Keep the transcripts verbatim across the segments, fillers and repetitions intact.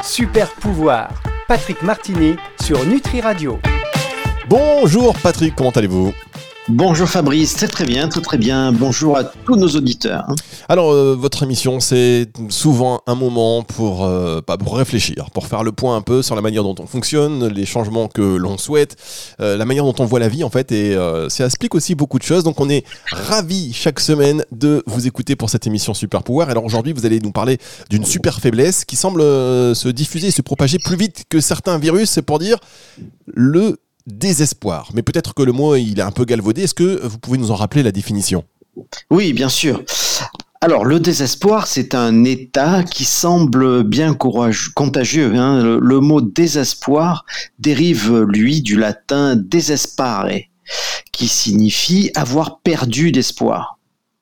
Super pouvoir, Patrick Martini sur Nutri Radio. Bonjour Patrick, comment allez-vous ? Bonjour Fabrice, très très bien, très très bien. Bonjour à tous nos auditeurs. Alors, euh, votre émission, c'est souvent un moment pour, euh, bah, pour réfléchir, pour faire le point un peu sur la manière dont on fonctionne, les changements que l'on souhaite, euh, la manière dont on voit la vie en fait, et euh, ça explique aussi beaucoup de choses. Donc on est ravis chaque semaine de vous écouter pour cette émission Super Pouvoir. Alors aujourd'hui, vous allez nous parler d'une super faiblesse qui semble euh, se diffuser et se propager plus vite que certains virus, c'est pour dire le désespoir. Mais peut-être que le mot il est un peu galvaudé. Est-ce que vous pouvez nous en rappeler la définition ? Oui, bien sûr. Alors, le désespoir, c'est un état qui semble bien courageux, contagieux. Hein. Le, le mot désespoir dérive, lui, du latin desespare, qui signifie avoir perdu l'espoir.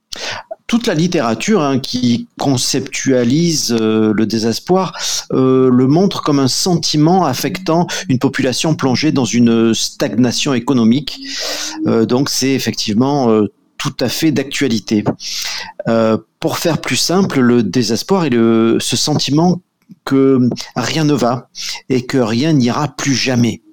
Toute la littérature hein, qui conceptualise euh, le désespoir euh, le montre comme un sentiment affectant une population plongée dans une stagnation économique. Euh, donc c'est effectivement euh, tout à fait d'actualité. Euh, pour faire plus simple, le désespoir est le, ce sentiment que rien ne va et que rien n'ira plus jamais.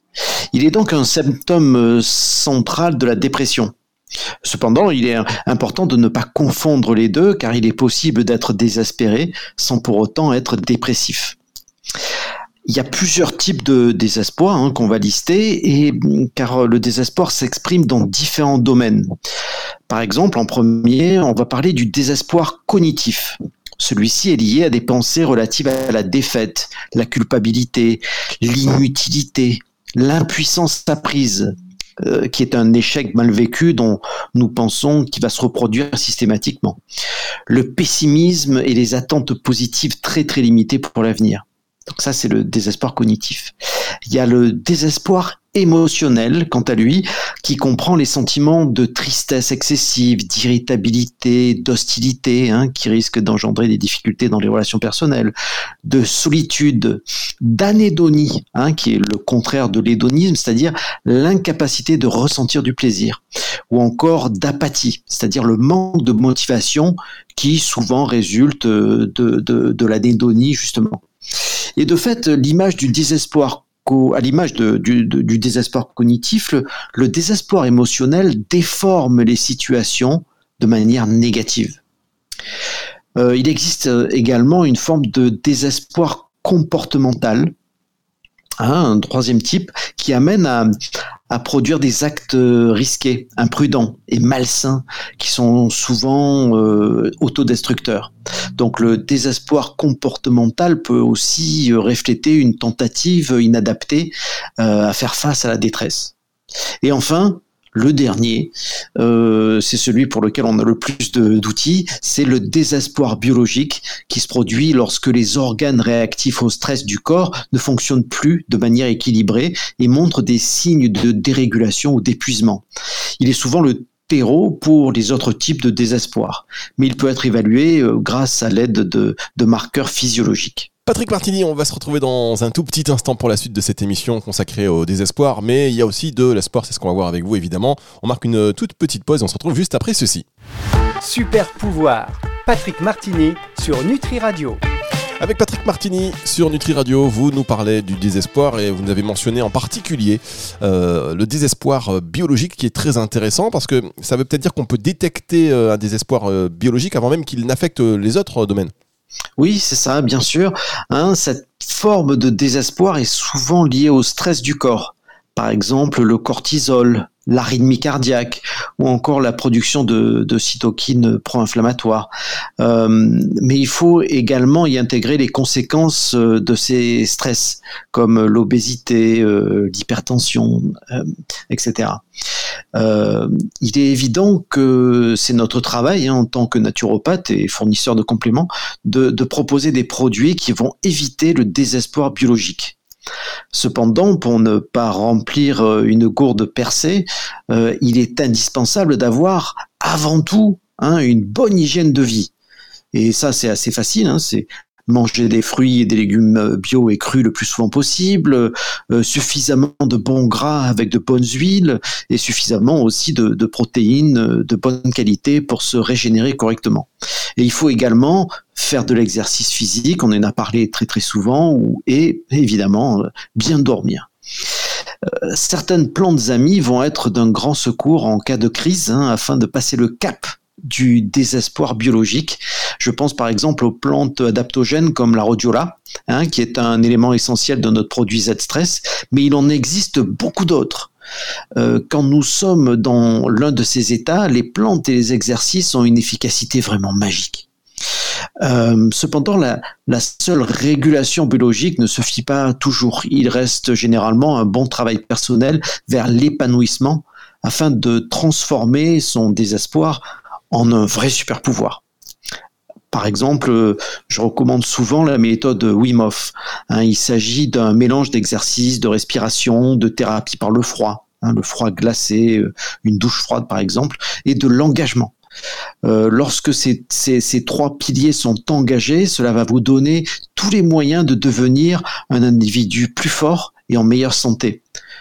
Il est donc un symptôme central de la dépression. Cependant, il est important de ne pas confondre les deux, car il est possible d'être désespéré sans pour autant être dépressif. Il y a plusieurs types de désespoir hein, qu'on va lister, et, car le désespoir s'exprime dans différents domaines. Par exemple, en premier, on va parler du désespoir cognitif. Celui-ci est lié à des pensées relatives à la défaite, la culpabilité, l'inutilité, l'impuissance apprise, Euh, qui est un échec mal vécu dont nous pensons qu'il va se reproduire systématiquement. Le pessimisme et les attentes positives très très limitées pour l'avenir. Donc ça, c'est le désespoir cognitif. Il y a le désespoir émotionnel, quant à lui, qui comprend les sentiments de tristesse excessive, d'irritabilité, d'hostilité, hein, qui risquent d'engendrer des difficultés dans les relations personnelles, de solitude, d'anédonie, hein, qui est le contraire de l'hédonisme, c'est-à-dire l'incapacité de ressentir du plaisir, ou encore d'apathie, c'est-à-dire le manque de motivation qui souvent résulte de, de, de l'anédonie, justement. Et de fait, l'image du désespoir à l'image de, du, de, du désespoir cognitif, le, le désespoir émotionnel déforme les situations de manière négative. Euh, il existe également une forme de désespoir comportemental, hein, un troisième type, qui amène à, à produire des actes risqués, imprudents et malsains, qui sont souvent euh, autodestructeurs. Donc le désespoir comportemental peut aussi refléter une tentative inadaptée euh, à faire face à la détresse. Et enfin, le dernier, euh, c'est celui pour lequel on a le plus de, d'outils, c'est le désespoir biologique qui se produit lorsque les organes réactifs au stress du corps ne fonctionnent plus de manière équilibrée et montrent des signes de dérégulation ou d'épuisement. Il est souvent le terreau pour les autres types de désespoir, mais il peut être évalué euh, grâce à l'aide de, de marqueurs physiologiques. Patrick Martini, on va se retrouver dans un tout petit instant pour la suite de cette émission consacrée au désespoir, mais il y a aussi de l'espoir, c'est ce qu'on va voir avec vous évidemment. On marque une toute petite pause et on se retrouve juste après ceci. Super pouvoir, Patrick Martini sur Nutri Radio. Avec Patrick Martini sur Nutri Radio, vous nous parlez du désespoir et vous nous avez mentionné en particulier euh, le désespoir biologique qui est très intéressant parce que ça veut peut-être dire qu'on peut détecter euh, un désespoir euh, biologique avant même qu'il n'affecte les autres euh, domaines. Oui, c'est ça, bien sûr. Hein, cette forme de désespoir est souvent liée au stress du corps. Par exemple, le cortisol, l'arythmie cardiaque ou encore la production de, de cytokines pro-inflammatoires. Euh, mais il faut également y intégrer les conséquences de ces stress, comme l'obésité, euh, l'hypertension, euh, et cetera. Euh, il est évident que c'est notre travail hein, en tant que naturopathe et fournisseur de compléments de, de proposer des produits qui vont éviter le désespoir biologique. Cependant, pour ne pas remplir une gourde percée, euh, il est indispensable d'avoir avant tout hein, une bonne hygiène de vie. Et ça, c'est assez facile, hein, c'est manger des fruits et des légumes bio et crus le plus souvent possible, euh, suffisamment de bons gras avec de bonnes huiles et suffisamment aussi de, de protéines de bonne qualité pour se régénérer correctement. Et il faut également faire de l'exercice physique, on en a parlé très très souvent, ou, et évidemment bien dormir. Euh, certaines plantes amies vont être d'un grand secours en cas de crise, hein, afin de passer le cap du désespoir biologique. Je pense par exemple aux plantes adaptogènes comme la rhodiola, hein, qui est un élément essentiel de notre produit Z-Stress, mais il en existe beaucoup d'autres. Euh, quand nous sommes dans l'un de ces états, les plantes et les exercices ont une efficacité vraiment magique. Euh, cependant, la, la seule régulation biologique ne suffit pas toujours. Il reste généralement un bon travail personnel vers l'épanouissement afin de transformer son désespoir en un vrai super pouvoir. Par exemple, je recommande souvent la méthode Wim Hof. Hein, il s'agit d'un mélange d'exercices, de respiration, de thérapie par le froid, hein, le froid glacé, une douche froide par exemple, et de l'engagement. Euh, lorsque ces, ces, ces trois piliers sont engagés, cela va vous donner tous les moyens de devenir un individu plus fort et en meilleure santé.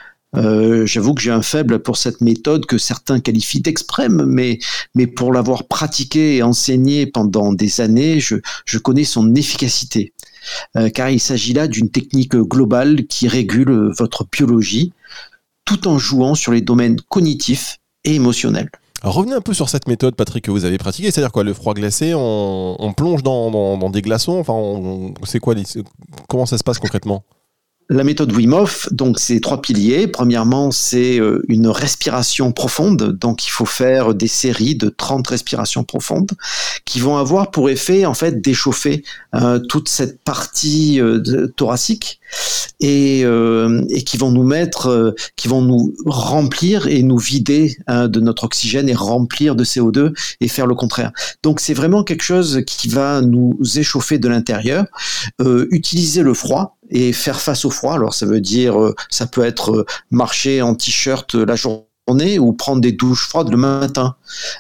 Euh, j'avoue que j'ai un faible pour cette méthode que certains qualifient d'extrême, mais, mais pour l'avoir pratiquée et enseignée pendant des années, je, je connais son efficacité. Euh, car il s'agit là d'une technique globale qui régule votre biologie, tout en jouant sur les domaines cognitifs et émotionnels. Alors revenez un peu sur cette méthode, Patrick, que vous avez pratiquée, c'est-à-dire quoi, le froid glacé, on, on plonge dans, dans, dans des glaçons, enfin, on, c'est quoi, comment ça se passe concrètement ? La méthode Wim Hof, donc c'est trois piliers. Premièrement, c'est une respiration profonde. Donc il faut faire des séries de trente respirations profondes qui vont avoir pour effet en fait d'échauffer euh, toute cette partie euh, de, thoracique et, euh, et qui vont nous mettre, euh, qui vont nous remplir et nous vider hein, de notre oxygène et remplir de C O deux et faire le contraire. Donc c'est vraiment quelque chose qui va nous échauffer de l'intérieur. Euh, utiliser le froid et faire face au froid. Alors ça veut dire, ça peut être marcher en t-shirt la journée ou prendre des douches froides le matin.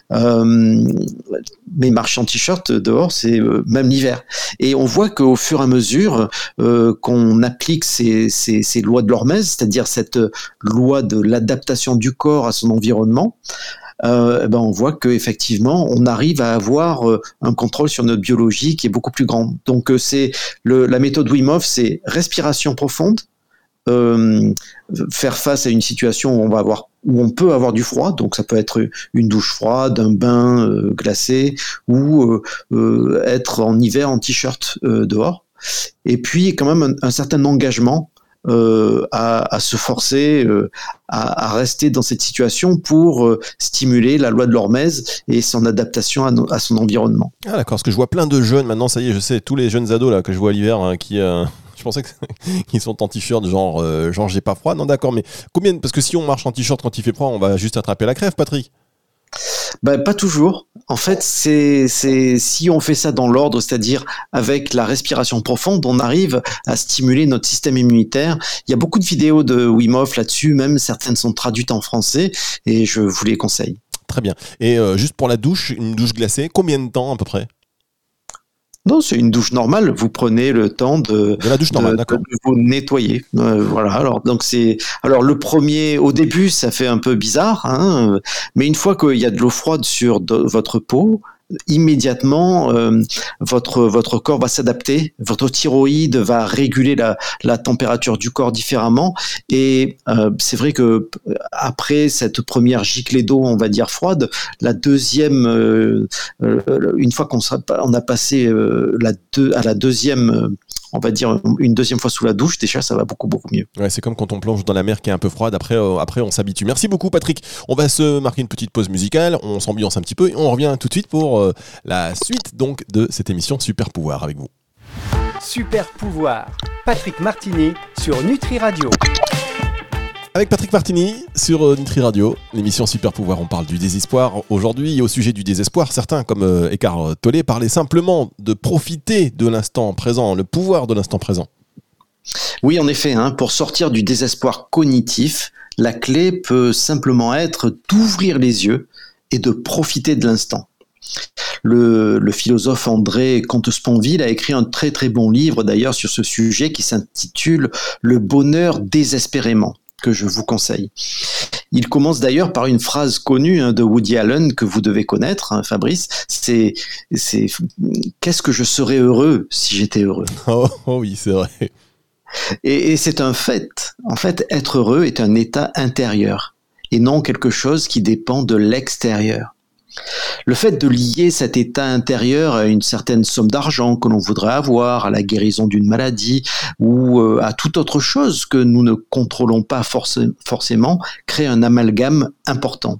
Euh, mais marcher en t-shirt dehors, c'est même l'hiver. Et on voit qu'au fur et à mesure euh, qu'on applique ces, ces, ces lois de l'hormèse, c'est-à-dire cette loi de l'adaptation du corps à son environnement, Euh, eh ben on voit qu'effectivement, on arrive à avoir euh, un contrôle sur notre biologie qui est beaucoup plus grand. Donc, euh, c'est le, la méthode Wim Hof, c'est respiration profonde, euh, faire face à une situation où on va avoir, où on peut avoir du froid. Donc, ça peut être une douche froide, un bain euh, glacé, ou euh, euh, être en hiver en t-shirt euh, dehors. Et puis, quand même, un, un certain engagement. Euh, à, à se forcer euh, à, à rester dans cette situation pour euh, stimuler la loi de l'hormèse et son adaptation à, no, à son environnement. Ah d'accord, parce que je vois plein de jeunes maintenant, ça y est, je sais, tous les jeunes ados là que je vois l'hiver hein, qui... Euh... Je pensais qu'ils sont en t-shirt genre, euh, genre j'ai pas froid. Non d'accord, mais combien, parce que si on marche en t-shirt quand il fait froid, on va juste attraper la crève, Patrick. Ben, pas toujours. En fait, c'est, c'est, si on fait ça dans l'ordre, c'est-à-dire avec la respiration profonde, on arrive à stimuler notre système immunitaire. Il y a beaucoup de vidéos de Wim Hof là-dessus, même certaines sont traduites en français et je vous les conseille. Très bien. Et euh, juste pour la douche, une douche glacée, combien de temps à peu près ? Non, c'est une douche normale. Vous prenez le temps de, de la douche normale, de, d'accord. de vous nettoyer. Euh, voilà. Alors, donc c'est, alors le premier, au début, ça fait un peu bizarre, hein, mais une fois qu'il y a de l'eau froide sur de, votre peau, immédiatement, euh, votre votre corps va s'adapter, votre thyroïde va réguler la la température du corps différemment. Et euh, c'est vrai que après cette première giclée d'eau, on va dire froide, la deuxième, euh, euh, une fois qu'on sera, on a passé euh, la deux, à la deuxième. Euh, on va dire une deuxième fois sous la douche, déjà ça va beaucoup beaucoup mieux. Ouais, c'est comme quand on plonge dans la mer qui est un peu froide, après, euh, après on s'habitue. Merci beaucoup Patrick, on va se marquer une petite pause musicale, on s'ambiance un petit peu et on revient tout de suite pour euh, la suite donc de cette émission Super Pouvoir avec vous. Super Pouvoir, Patrick Martini sur Nutri Radio. Avec Patrick Martini sur Nutri Radio, l'émission Super Pouvoir, on parle du désespoir. Aujourd'hui, au sujet du désespoir, certains comme euh, Eckhart Tolle parlaient simplement de profiter de l'instant présent, le pouvoir de l'instant présent. Oui, en effet, hein, pour sortir du désespoir cognitif, la clé peut simplement être d'ouvrir les yeux et de profiter de l'instant. Le, le philosophe André Comte-Sponville a écrit un très très bon livre d'ailleurs sur ce sujet qui s'intitule « Le bonheur désespérément », que je vous conseille. Il commence d'ailleurs par une phrase connue hein, de Woody Allen que vous devez connaître, hein, Fabrice, c'est, c'est « Qu'est-ce que je serais heureux si j'étais heureux ?» Oh, oh oui, c'est vrai. Et, et c'est un fait. En fait, être heureux est un état intérieur et non quelque chose qui dépend de l'extérieur. Le fait de lier cet état intérieur à une certaine somme d'argent que l'on voudrait avoir, à la guérison d'une maladie ou euh, à toute autre chose que nous ne contrôlons pas forc- forcément crée un amalgame important.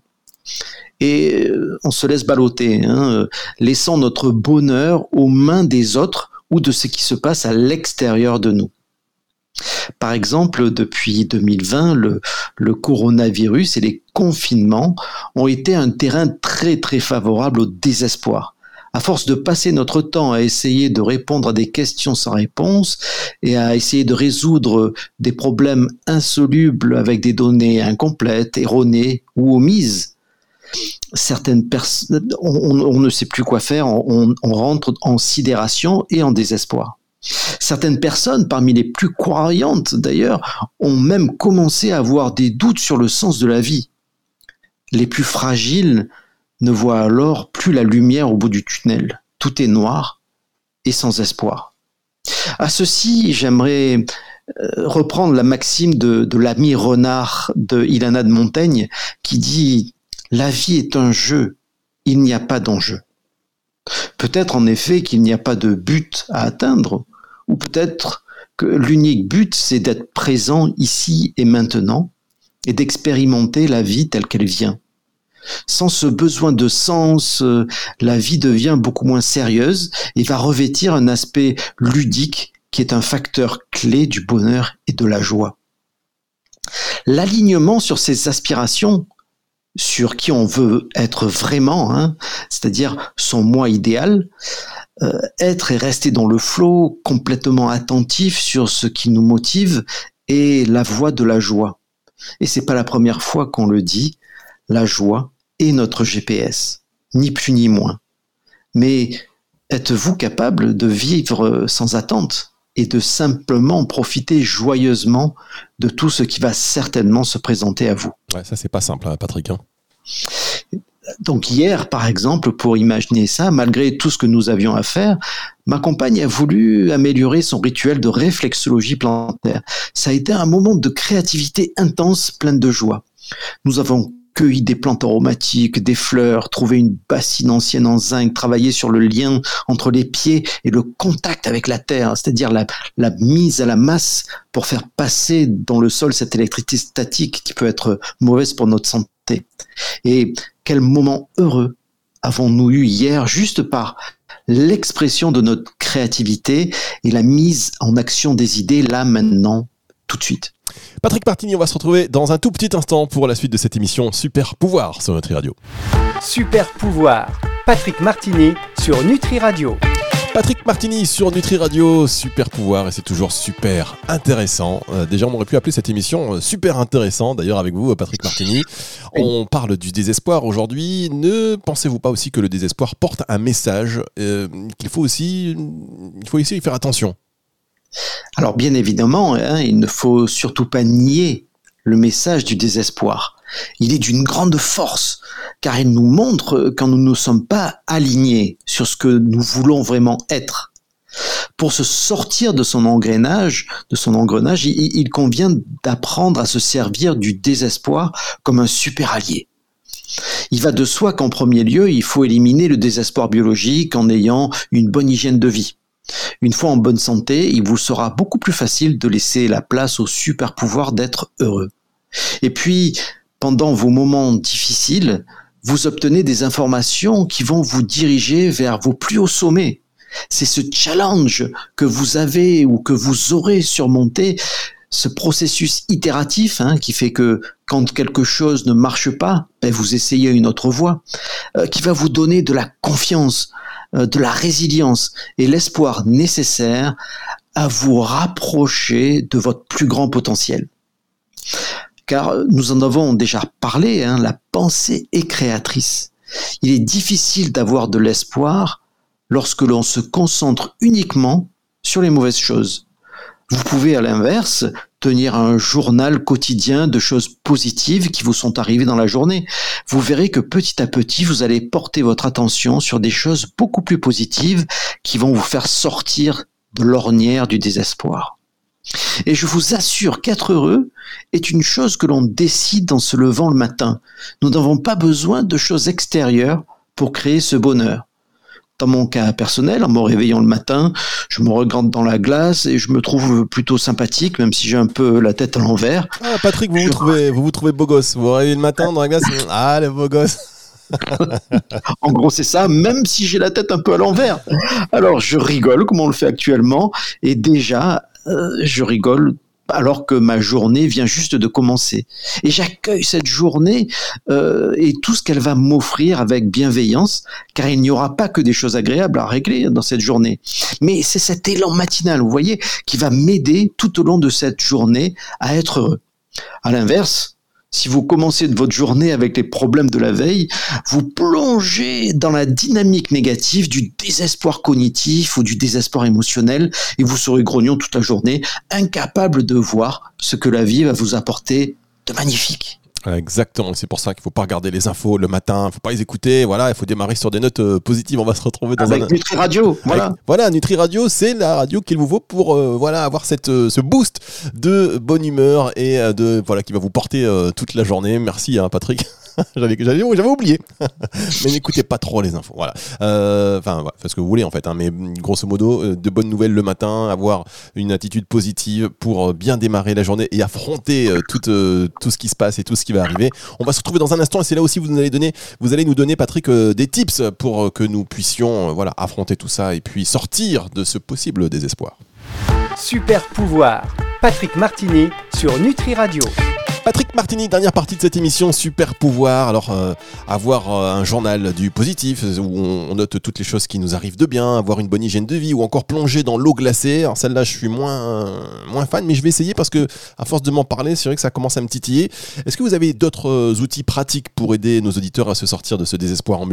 Et euh, on se laisse balloter, hein, laissant notre bonheur aux mains des autres ou de ce qui se passe à l'extérieur de nous. Par exemple, depuis deux mille vingt, le, le coronavirus et les confinements ont été un terrain très très favorable au désespoir. À force de passer notre temps à essayer de répondre à des questions sans réponse et à essayer de résoudre des problèmes insolubles avec des données incomplètes, erronées ou omises, certaines personnes, on, on ne sait plus quoi faire, on, on rentre en sidération et en désespoir. Certaines personnes, parmi les plus croyantes d'ailleurs, ont même commencé à avoir des doutes sur le sens de la vie. Les plus fragiles ne voient alors plus la lumière au bout du tunnel. Tout est noir et sans espoir. À ceci, j'aimerais reprendre la maxime de, de l'ami renard de Ilanna de Montaigne qui dit « La vie est un jeu, il n'y a pas d'enjeu ». Peut-être en effet qu'il n'y a pas de but à atteindre, ou peut-être que l'unique but, c'est d'être présent ici et maintenant et d'expérimenter la vie telle qu'elle vient. Sans ce besoin de sens, la vie devient beaucoup moins sérieuse et va revêtir un aspect ludique qui est un facteur clé du bonheur et de la joie. L'alignement sur ces aspirations, sur qui on veut être vraiment, hein, c'est-à-dire son moi idéal, Euh, être et rester dans le flow, complètement attentif sur ce qui nous motive est la voie de la joie. Et c'est pas la première fois qu'on le dit, la joie est notre G P S, ni plus ni moins. Mais êtes-vous capable de vivre sans attente et de simplement profiter joyeusement de tout ce qui va certainement se présenter à vous? Ouais, ça c'est pas simple, hein, Patrick. Hein. Donc hier, par exemple, pour imaginer ça, malgré tout ce que nous avions à faire, ma compagne a voulu améliorer son rituel de réflexologie plantaire. Ça a été un moment de créativité intense, pleine de joie. Nous avons cueilli des plantes aromatiques, des fleurs, trouvé une bassine ancienne en zinc, travaillé sur le lien entre les pieds et le contact avec la terre, c'est-à-dire la, la mise à la masse pour faire passer dans le sol cette électricité statique qui peut être mauvaise pour notre santé. Et quel moment heureux avons-nous eu hier juste par l'expression de notre créativité et la mise en action des idées là, maintenant, tout de suite. Patrick Martini, on va se retrouver dans un tout petit instant pour la suite de cette émission Super Pouvoir sur Nutri Radio. Super Pouvoir, Patrick Martini sur Nutri Radio. Patrick Martini sur Nutri Radio, Super Pouvoir, et c'est toujours super intéressant. Euh, déjà, on aurait pu appeler cette émission euh, Super Intéressant, d'ailleurs avec vous, Patrick Martini. On parle du désespoir aujourd'hui. Ne pensez-vous pas aussi que le désespoir porte un message euh, qu'il faut aussi, il faut aussi y faire attention? Alors bien évidemment, hein, il ne faut surtout pas nier le message du désespoir. Il est d'une grande force, car il nous montre quand nous ne sommes pas alignés sur ce que nous voulons vraiment être. Pour se sortir de son engrenage, de son engrenage, il, il convient d'apprendre à se servir du désespoir comme un super allié. Il va de soi qu'en premier lieu, il faut éliminer le désespoir biologique en ayant une bonne hygiène de vie. Une fois en bonne santé, il vous sera beaucoup plus facile de laisser la place au super pouvoir d'être heureux. Et puis, pendant vos moments difficiles, vous obtenez des informations qui vont vous diriger vers vos plus hauts sommets. C'est ce challenge que vous avez ou que vous aurez surmonté, ce processus itératif hein, qui fait que quand quelque chose ne marche pas, ben vous essayez une autre voie, euh, qui va vous donner de la confiance, euh, de la résilience et l'espoir nécessaire à vous rapprocher de votre plus grand potentiel. Car nous en avons déjà parlé, hein, la pensée est créatrice. Il est difficile d'avoir de l'espoir lorsque l'on se concentre uniquement sur les mauvaises choses. Vous pouvez, à l'inverse, tenir un journal quotidien de choses positives qui vous sont arrivées dans la journée. Vous verrez que petit à petit, vous allez porter votre attention sur des choses beaucoup plus positives qui vont vous faire sortir de l'ornière du désespoir. Et je vous assure qu'être heureux est une chose que l'on décide en se levant le matin. Nous n'avons pas besoin de choses extérieures pour créer ce bonheur. Dans mon cas personnel, en me réveillant le matin, je me regarde dans la glace et je me trouve plutôt sympathique, même si j'ai un peu la tête à l'envers. Ah, Patrick, vous, je... vous, trouvez, vous vous trouvez beau gosse. Vous vous réveillez le matin dans la glace, ah, le beau gosse. En gros, c'est ça, même si j'ai la tête un peu à l'envers. Alors, je rigole, comme on le fait actuellement, et déjà, euh, je rigole alors que ma journée vient juste de commencer. Et j'accueille cette journée euh, et tout ce qu'elle va m'offrir avec bienveillance, car il n'y aura pas que des choses agréables à régler dans cette journée. Mais c'est cet élan matinal, vous voyez, qui va m'aider tout au long de cette journée à être heureux. À l'inverse, si vous commencez votre journée avec les problèmes de la veille, vous plongez dans la dynamique négative du désespoir cognitif ou du désespoir émotionnel et vous serez grognon toute la journée, incapable de voir ce que la vie va vous apporter de magnifique. Exactement, c'est pour ça qu'il ne faut pas regarder les infos le matin, il ne faut pas les écouter, voilà, il faut démarrer sur des notes euh, positives, on va se retrouver dans avec un... Nutri Radio, voilà. Avec, voilà, Nutri Radio, c'est la radio qu'il vous faut pour euh, voilà, avoir cette, euh, ce boost de bonne humeur et euh, de, voilà, qui va vous porter euh, toute la journée. Merci hein, Patrick. j'avais, j'avais, j'avais oublié. Mais n'écoutez pas trop les infos. Voilà. Euh, enfin, voilà, faites ce que vous voulez en fait. Hein, mais grosso modo, euh, de bonnes nouvelles le matin, avoir une attitude positive pour bien démarrer la journée et affronter euh, tout, euh, tout ce qui se passe et tout ce qui va arriver. On va se retrouver dans un instant et c'est là aussi vous nous allez donner, vous allez nous donner Patrick euh, des tips pour euh, que nous puissions euh, voilà, affronter tout ça et puis sortir de ce possible désespoir. Super pouvoir, Patrick Martini sur Nutri Radio. Patrick Martini, dernière partie de cette émission Super Pouvoir. Alors, euh, avoir euh, un journal du positif où on, on note toutes les choses qui nous arrivent de bien, avoir une bonne hygiène de vie ou encore plonger dans l'eau glacée. Alors celle-là, je suis moins, euh, moins fan, mais je vais essayer parce que à force de m'en parler, c'est vrai que ça commence à me titiller. Est-ce que vous avez d'autres euh, outils pratiques pour aider nos auditeurs à se sortir de ce désespoir ambiant ?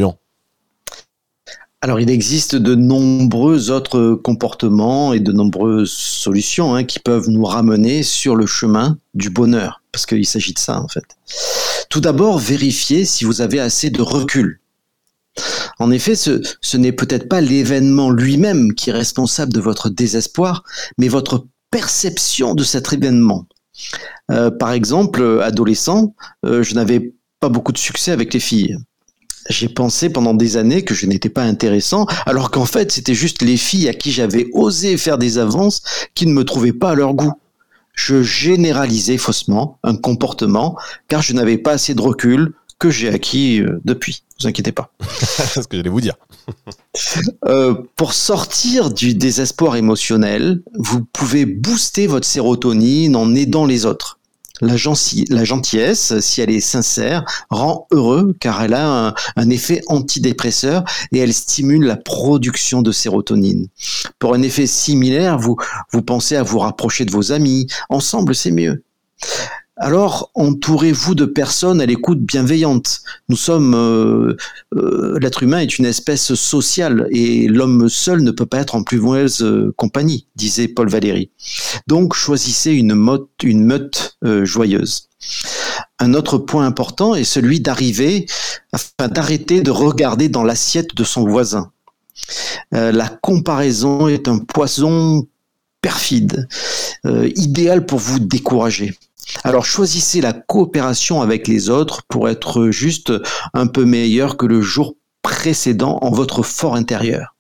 Alors, il existe de nombreux autres comportements et de nombreuses solutions hein, qui peuvent nous ramener sur le chemin du bonheur, parce qu'il s'agit de ça en fait. Tout d'abord, vérifiez si vous avez assez de recul. En effet, ce, ce n'est peut-être pas l'événement lui-même qui est responsable de votre désespoir, mais votre perception de cet événement. Euh, par exemple, adolescent, euh, je n'avais pas beaucoup de succès avec les filles. J'ai pensé pendant des années que je n'étais pas intéressant, alors qu'en fait, c'était juste les filles à qui j'avais osé faire des avances qui ne me trouvaient pas à leur goût. Je généralisais faussement un comportement, car je n'avais pas assez de recul que j'ai acquis euh, depuis. Ne vous inquiétez pas. C'est ce que j'allais vous dire. euh, pour sortir du désespoir émotionnel, vous pouvez booster votre sérotonine en aidant les autres. La, gentil, la gentillesse, si elle est sincère, rend heureux car elle a un, un effet antidépresseur et elle stimule la production de sérotonine. Pour un effet similaire, vous, vous pensez à vous rapprocher de vos amis. Ensemble, c'est mieux. Alors, entourez-vous de personnes à l'écoute bienveillante. Nous sommes, euh, euh, l'être humain est une espèce sociale et l'homme seul ne peut pas être en plus mauvaise euh, compagnie, disait Paul Valéry. Donc, choisissez une, motte, une meute euh, joyeuse. Un autre point important est celui d'arriver, afin d'arrêter de regarder dans l'assiette de son voisin. Euh, la comparaison est un poison perfide, euh, idéal pour vous décourager. Alors choisissez la coopération avec les autres pour être juste un peu meilleur que le jour précédent en votre fort intérieur.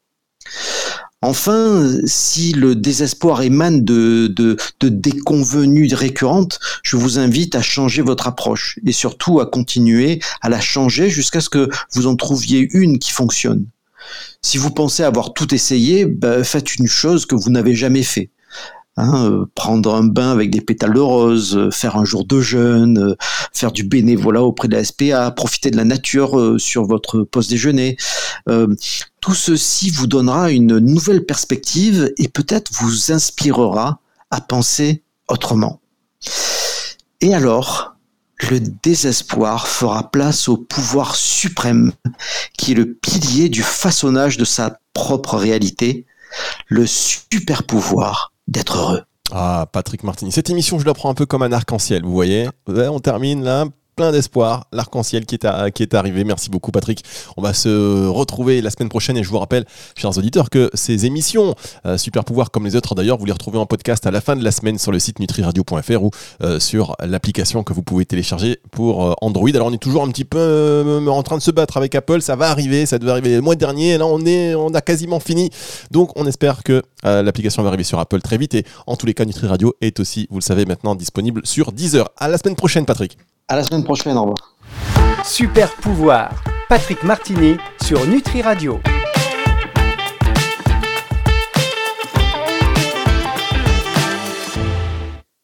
Enfin, si le désespoir émane de, de, de déconvenues récurrentes, je vous invite à changer votre approche et surtout à continuer à la changer jusqu'à ce que vous en trouviez une qui fonctionne. Si vous pensez avoir tout essayé, ben, faites une chose que vous n'avez jamais fait. Hein, euh, prendre un bain avec des pétales de rose, euh, faire un jour de jeûne, euh, faire du bénévolat auprès de la S P A, profiter de la nature euh, sur votre pause déjeuner. Euh, tout ceci vous donnera une nouvelle perspective et peut-être vous inspirera à penser autrement. Et alors, le désespoir fera place au pouvoir suprême, qui est le pilier du façonnage de sa propre réalité, le super pouvoir d'être heureux. Ah, Patrick Martini. Cette émission, je la prends un peu comme un arc-en-ciel, vous voyez. Ouais, on termine là, plein d'espoir, l'arc-en-ciel qui est, à, qui est arrivé. Merci beaucoup, Patrick. On va se retrouver la semaine prochaine et je vous rappelle, chers auditeurs, que ces émissions, euh, Super Pouvoir comme les autres d'ailleurs, vous les retrouvez en podcast à la fin de la semaine sur le site nutri radio point f r ou euh, sur l'application que vous pouvez télécharger pour euh, Android. Alors on est toujours un petit peu euh, en train de se battre avec Apple, ça va arriver, ça devait arriver le mois dernier, là on, est, on a quasiment fini. Donc on espère que euh, l'application va arriver sur Apple très vite et en tous les cas, Nutri Radio est aussi, vous le savez maintenant, disponible sur Deezer. À la semaine prochaine, Patrick. À la semaine prochaine, au revoir. Super pouvoir, Patrick Martini sur Nutri Radio.